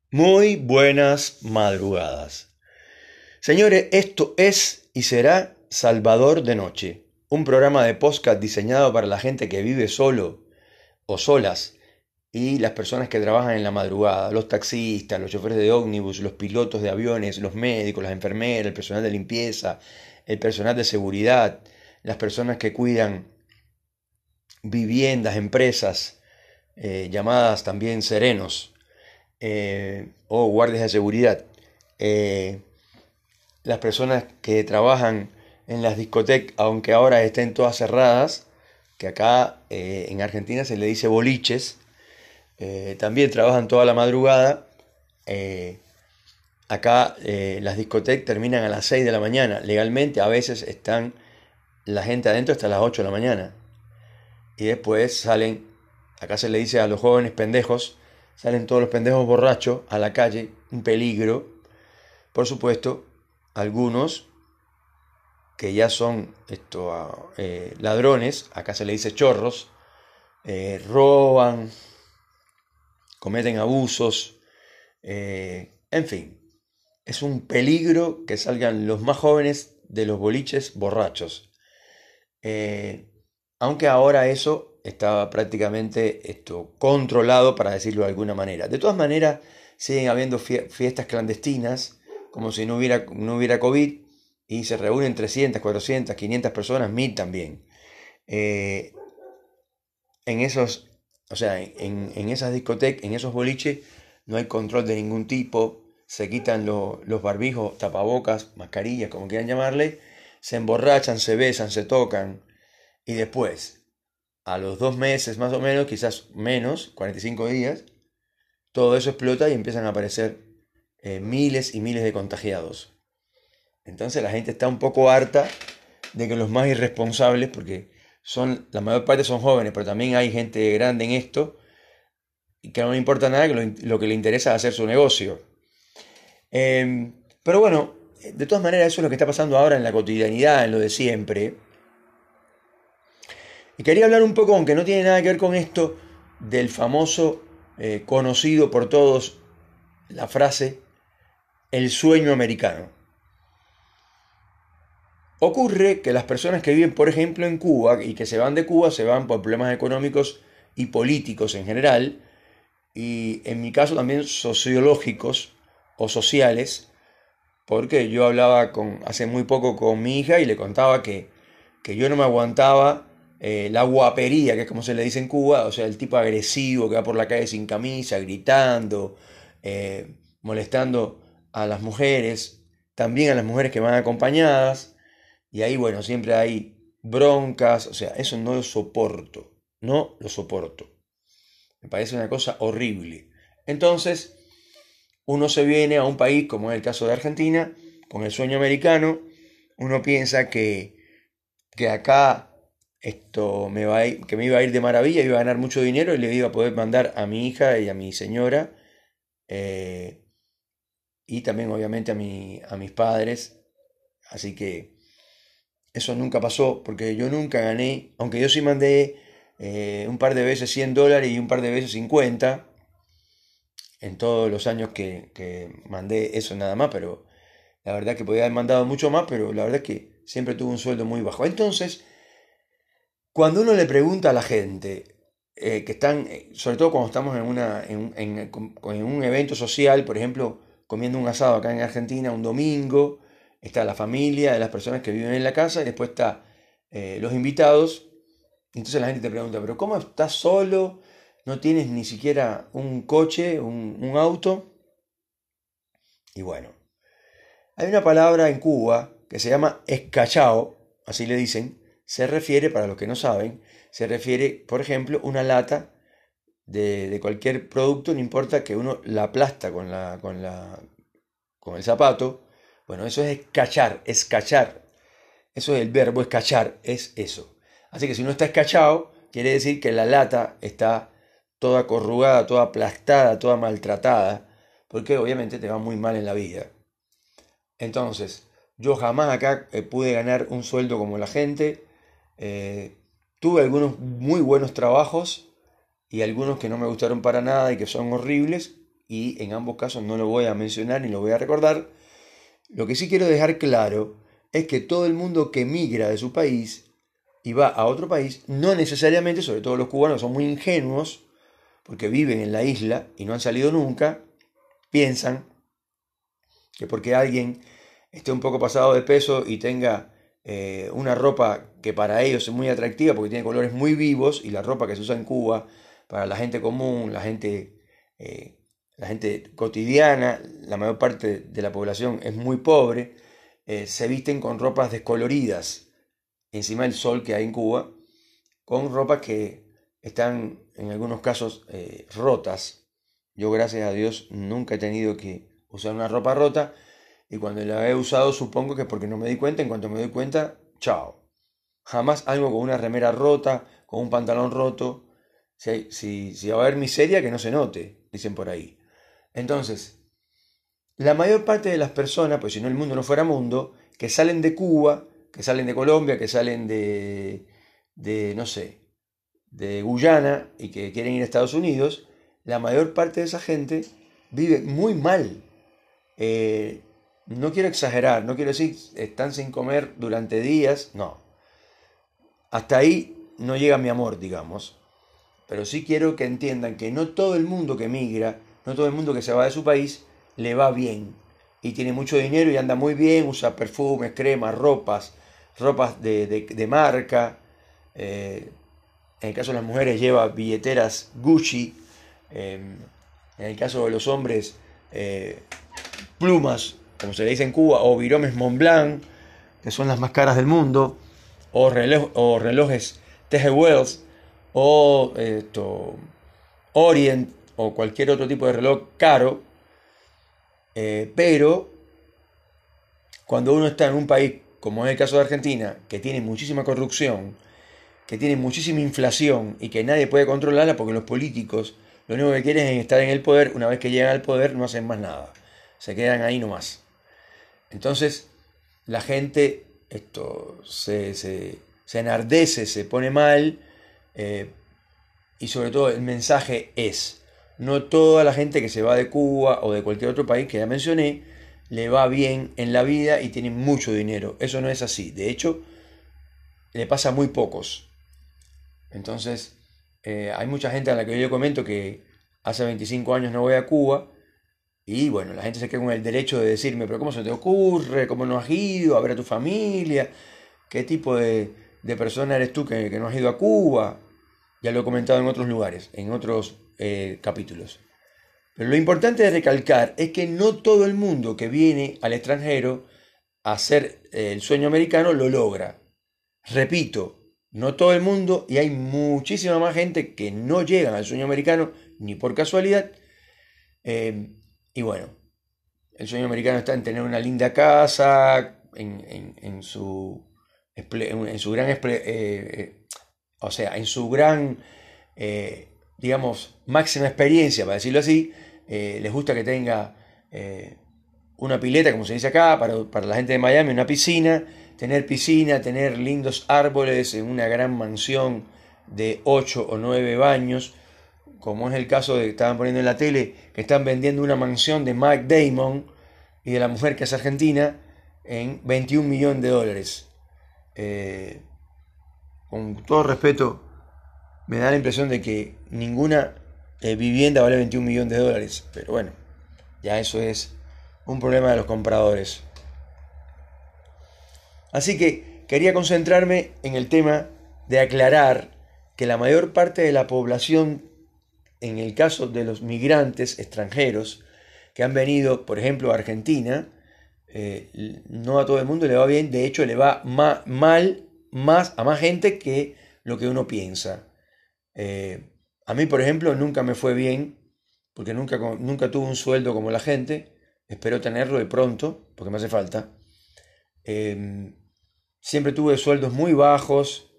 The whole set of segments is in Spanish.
Muy buenas madrugadas. Señores, esto es y será Salvador de Noche, un programa de podcast diseñado para la gente que vive solo o solas y las personas que trabajan en la madrugada, los taxistas, los choferes de ómnibus, los pilotos de aviones, los médicos, las enfermeras, el personal de limpieza, el personal de seguridad, las personas que cuidan viviendas, empresas, llamadas también serenos o guardias de seguridad. Eh, las personas que trabajan en las discotecas, aunque ahora estén todas cerradas, que acá en Argentina se le dice boliches, también trabajan toda la madrugada. Eh, Acá las discotecas terminan a las 6 de la mañana. Legalmente a veces están la gente adentro hasta las 8 de la mañana. Y después salen, acá se le dice a los jóvenes pendejos, salen todos los pendejos borrachos a la calle, un peligro. Por supuesto, algunos que ya son ladrones, acá se le dice chorros, roban, cometen abusos, en fin, es un peligro que salgan los más jóvenes de los boliches borrachos. Eh, Aunque ahora eso está prácticamente controlado, para decirlo de alguna manera. De todas maneras, siguen habiendo fiestas clandestinas, como si no hubiera COVID, y se reúnen 300, 400, 500 personas, 1000 también. Eh, en esos, o sea, en esas discotecas, en esos boliches, no hay control de ningún tipo, se quitan los barbijos, tapabocas, mascarillas, como quieran llamarle, se emborrachan, se besan, se tocan, y después, a los 2 meses más o menos, quizás menos, 45 días, todo eso explota y empiezan a aparecer miles y miles de contagiados. Entonces la gente está un poco harta de que los más irresponsables, porque la mayor parte son jóvenes, pero también hay gente grande en esto, y que no le importa nada, que lo que le interesa es hacer su negocio. Pero bueno, de todas maneras eso es lo que está pasando ahora en la cotidianidad, en lo de siempre. Y quería hablar un poco, aunque no tiene nada que ver con esto, del famoso, conocido por todos, la frase, el sueño americano. Ocurre que las personas que viven, por ejemplo, en Cuba y que se van de Cuba, se van por problemas económicos y políticos en general, y en mi caso también sociológicos o sociales, porque yo hablaba hace muy poco con mi hija y le contaba que yo no me aguantaba la guapería, que es como se le dice en Cuba, o sea, el tipo agresivo que va por la calle sin camisa, gritando, molestando a las mujeres, también a las mujeres que van acompañadas, y ahí, bueno, siempre hay broncas, o sea, eso no lo soporto, no lo soporto. Me parece una cosa horrible. Entonces, uno se viene a un país, como es el caso de Argentina, con el sueño americano, uno piensa que acá que me iba a ir de maravilla, iba a ganar mucho dinero y le iba a poder mandar a mi hija y a mi señora, eh, y también obviamente a mis padres. Así que eso nunca pasó porque yo nunca gané, aunque yo sí mandé un par de veces $100 y un par de veces 50 en todos los años que mandé eso nada más, pero la verdad que podía haber mandado mucho más, pero la verdad es que siempre tuve un sueldo muy bajo. Entonces, cuando uno le pregunta a la gente que están, sobre todo cuando estamos en un evento social, por ejemplo, comiendo un asado acá en Argentina un domingo, está la familia de las personas que viven en la casa y después está los invitados. Entonces la gente te pregunta, pero ¿cómo estás solo? ¿No tienes ni siquiera un coche, un auto? Y bueno, hay una palabra en Cuba que se llama escachao, así le dicen, se refiere, para los que no saben, se refiere, por ejemplo, una lata de cualquier producto, no importa que uno la aplasta con el zapato. Bueno, eso es escachar, escachar. Eso es el verbo escachar, es eso. Así que si no está escachado, quiere decir que la lata está toda corrugada, toda aplastada, toda maltratada, porque obviamente te va muy mal en la vida. Entonces, yo jamás acá pude ganar un sueldo como la gente. Eh, Tuve algunos muy buenos trabajos y algunos que no me gustaron para nada y que son horribles. y en ambos casos no lo voy a mencionar ni lo voy a recordar. Lo que sí quiero dejar claro es que todo el mundo que migra de su país y va a otro país, no necesariamente, sobre todo los cubanos son muy ingenuos, porque viven en la isla y no han salido nunca, piensan que porque alguien esté un poco pasado de peso y tenga una ropa que para ellos es muy atractiva porque tiene colores muy vivos, y la ropa que se usa en Cuba para la gente común, la gente cotidiana, la mayor parte de la población es muy pobre, se visten con ropas descoloridas encima del sol que hay en Cuba, con ropas que están en algunos casos rotas. Yo, gracias a Dios, nunca he tenido que usar una ropa rota, y cuando la he usado supongo que es porque no me di cuenta. En cuanto me doy cuenta, chao. Jamás algo con una remera rota, con un pantalón roto. Si va a haber miseria, que no se note, dicen por ahí. Entonces, la mayor parte de las personas, pues si no el mundo no fuera mundo, que salen de Cuba, que salen de Colombia, que salen no sé, de Guyana y que quieren ir a Estados Unidos, la mayor parte de esa gente vive muy mal. No quiero exagerar, no quiero decir están sin comer durante días, no. Hasta ahí no llega mi amor, digamos. Pero sí quiero que entiendan que no todo el mundo que migra, no todo el mundo que se va de su país, le va bien. Y tiene mucho dinero y anda muy bien, usa perfumes, cremas, ropas de marca. En el caso de las mujeres lleva billeteras Gucci. En el caso de los hombres, plumas, como se le dice en Cuba, o viromes Montblanc, que son las más caras del mundo, o relojes Tejeweels, o Orient, o cualquier otro tipo de reloj caro. Pero cuando uno está en un país, como es el caso de Argentina, que tiene muchísima corrupción, que tiene muchísima inflación y que nadie puede controlarla porque los políticos lo único que quieren es estar en el poder, una vez que llegan al poder no hacen más nada, se quedan ahí nomás. Entonces la gente se enardece, se pone mal, y sobre todo el mensaje es, no toda la gente que se va de Cuba o de cualquier otro país que ya mencioné, le va bien en la vida y tiene mucho dinero. Eso no es así. De hecho, le pasa a muy pocos. Entonces, hay mucha gente a la que yo comento que hace 25 años no voy a Cuba, y bueno, la gente se queda con el derecho de decirme, pero ¿cómo se te ocurre? ¿Cómo no has ido a ver a tu familia? ¿Qué tipo de persona eres tú que no has ido a Cuba? Ya lo he comentado en otros lugares, en otros capítulos. Pero lo importante de recalcar es que no todo el mundo que viene al extranjero a hacer el sueño americano lo logra. Repito, no todo el mundo, y hay muchísima más gente que no llegan al sueño americano ni por casualidad. Y bueno, el sueño americano está en tener una linda casa, en su gran, o sea, en su gran, digamos, máxima experiencia, para decirlo así. Les gusta que tenga una pileta, como se dice acá, para la gente de Miami, una piscina, tener lindos árboles en una gran mansión de 8 o 9 baños, como es el caso de que estaban poniendo en la tele, que están vendiendo una mansión de Mike Damon y de la mujer que es argentina en 21 millones de dólares. Con todo respeto, me da la impresión de que ninguna vivienda vale 21 millones de dólares, pero bueno, ya eso es un problema de los compradores. Así que quería concentrarme en el tema de aclarar que la mayor parte de la población, en el caso de los migrantes extranjeros que han venido, por ejemplo, a Argentina, no a todo el mundo le va bien. De hecho, le va mal a más gente que lo que uno piensa. A mí, por ejemplo, nunca me fue bien, porque nunca tuve un sueldo como la gente. Espero tenerlo de pronto, porque me hace falta. Siempre tuve sueldos muy bajos,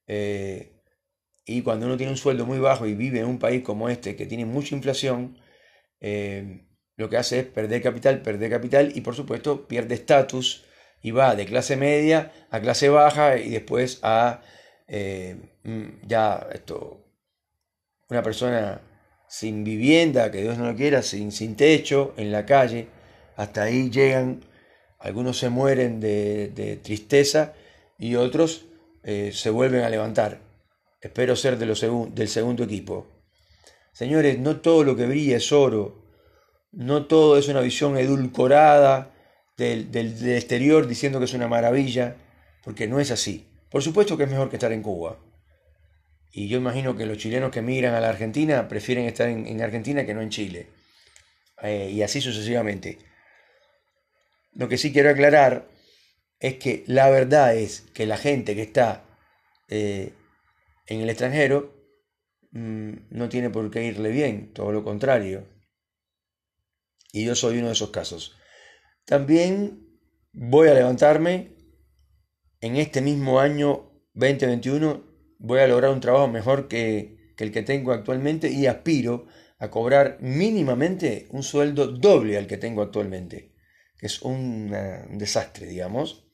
y cuando uno tiene un sueldo muy bajo y vive en un país como este que tiene mucha inflación, lo que hace es perder capital, y por supuesto pierde estatus y va de clase media a clase baja y después a una persona sin vivienda, que Dios no lo quiera, sin techo, en la calle. Hasta ahí llegan, algunos se mueren de tristeza y otros se vuelven a levantar. Espero ser del segundo equipo. Señores, no todo lo que brilla es oro, no todo es una visión edulcorada del exterior diciendo que es una maravilla, porque no es así. Por supuesto que es mejor que estar en Cuba. Y yo imagino que los chilenos que emigran a la Argentina prefieren estar en Argentina que no en Chile. Y así sucesivamente. Lo que sí quiero aclarar es que la verdad es que la gente que está en el extranjero no tiene por qué irle bien, todo lo contrario. Y yo soy uno de esos casos. También voy a levantarme en este mismo año 2021, voy a lograr un trabajo mejor que el que tengo actualmente y aspiro a cobrar mínimamente un sueldo doble al que tengo actualmente, que es un desastre, digamos.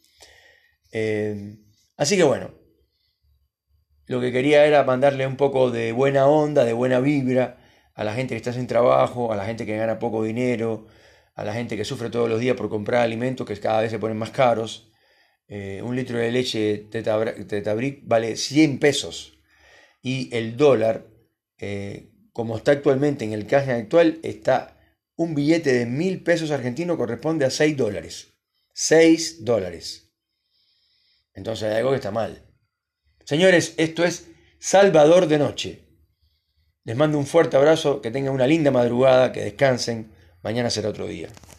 Así que bueno, lo que quería era mandarle un poco de buena onda, de buena vibra a la gente que está sin trabajo, a la gente que gana poco dinero, a la gente que sufre todos los días por comprar alimentos que cada vez se ponen más caros. Un litro de leche Tetabric vale 100 pesos y el dólar, como está actualmente en el canje actual, está un billete de 1.000 pesos argentinos corresponde a 6 dólares. 6 dólares. Entonces hay algo que está mal. Señores, esto es Salvador de Noche. Les mando un fuerte abrazo, que tengan una linda madrugada, que descansen. Mañana será otro día.